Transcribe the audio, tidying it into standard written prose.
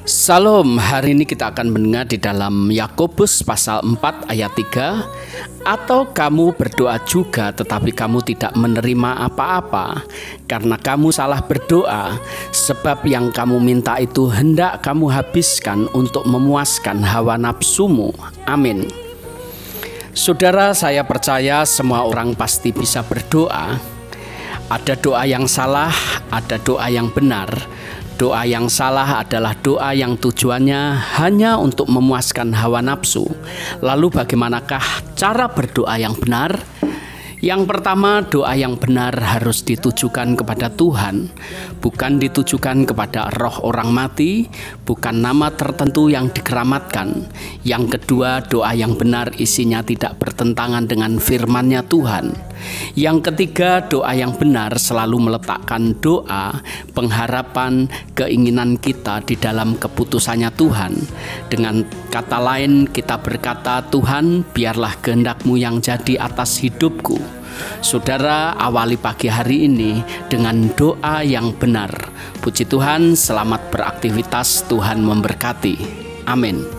Salam, hari ini kita akan mendengar di dalam Yakobus pasal 4 ayat 3. Atau kamu berdoa juga tetapi kamu tidak menerima apa-apa karena kamu salah berdoa, sebab yang kamu minta itu hendak kamu habiskan untuk memuaskan hawa nafsumu. Amin. Saudara, saya percaya semua orang pasti bisa berdoa. Ada doa yang salah, ada doa yang benar. Doa yang salah adalah doa yang tujuannya hanya untuk memuaskan hawa nafsu. Lalu bagaimanakah cara berdoa yang benar? Yang pertama, doa yang benar harus ditujukan kepada Tuhan, bukan ditujukan kepada roh orang mati, bukan nama tertentu yang dikeramatkan. Yang kedua, doa yang benar isinya tidak bertentangan dengan firman-Nya Tuhan. Yang ketiga, doa yang benar selalu meletakkan doa, pengharapan, keinginan kita di dalam keputusannya Tuhan. Dengan kata lain, kita berkata, Tuhan, biarlah kehendak-Mu yang jadi atas hidupku. Saudara, awali pagi hari ini dengan doa yang benar. Puji Tuhan, selamat beraktivitas, Tuhan memberkati. Amin.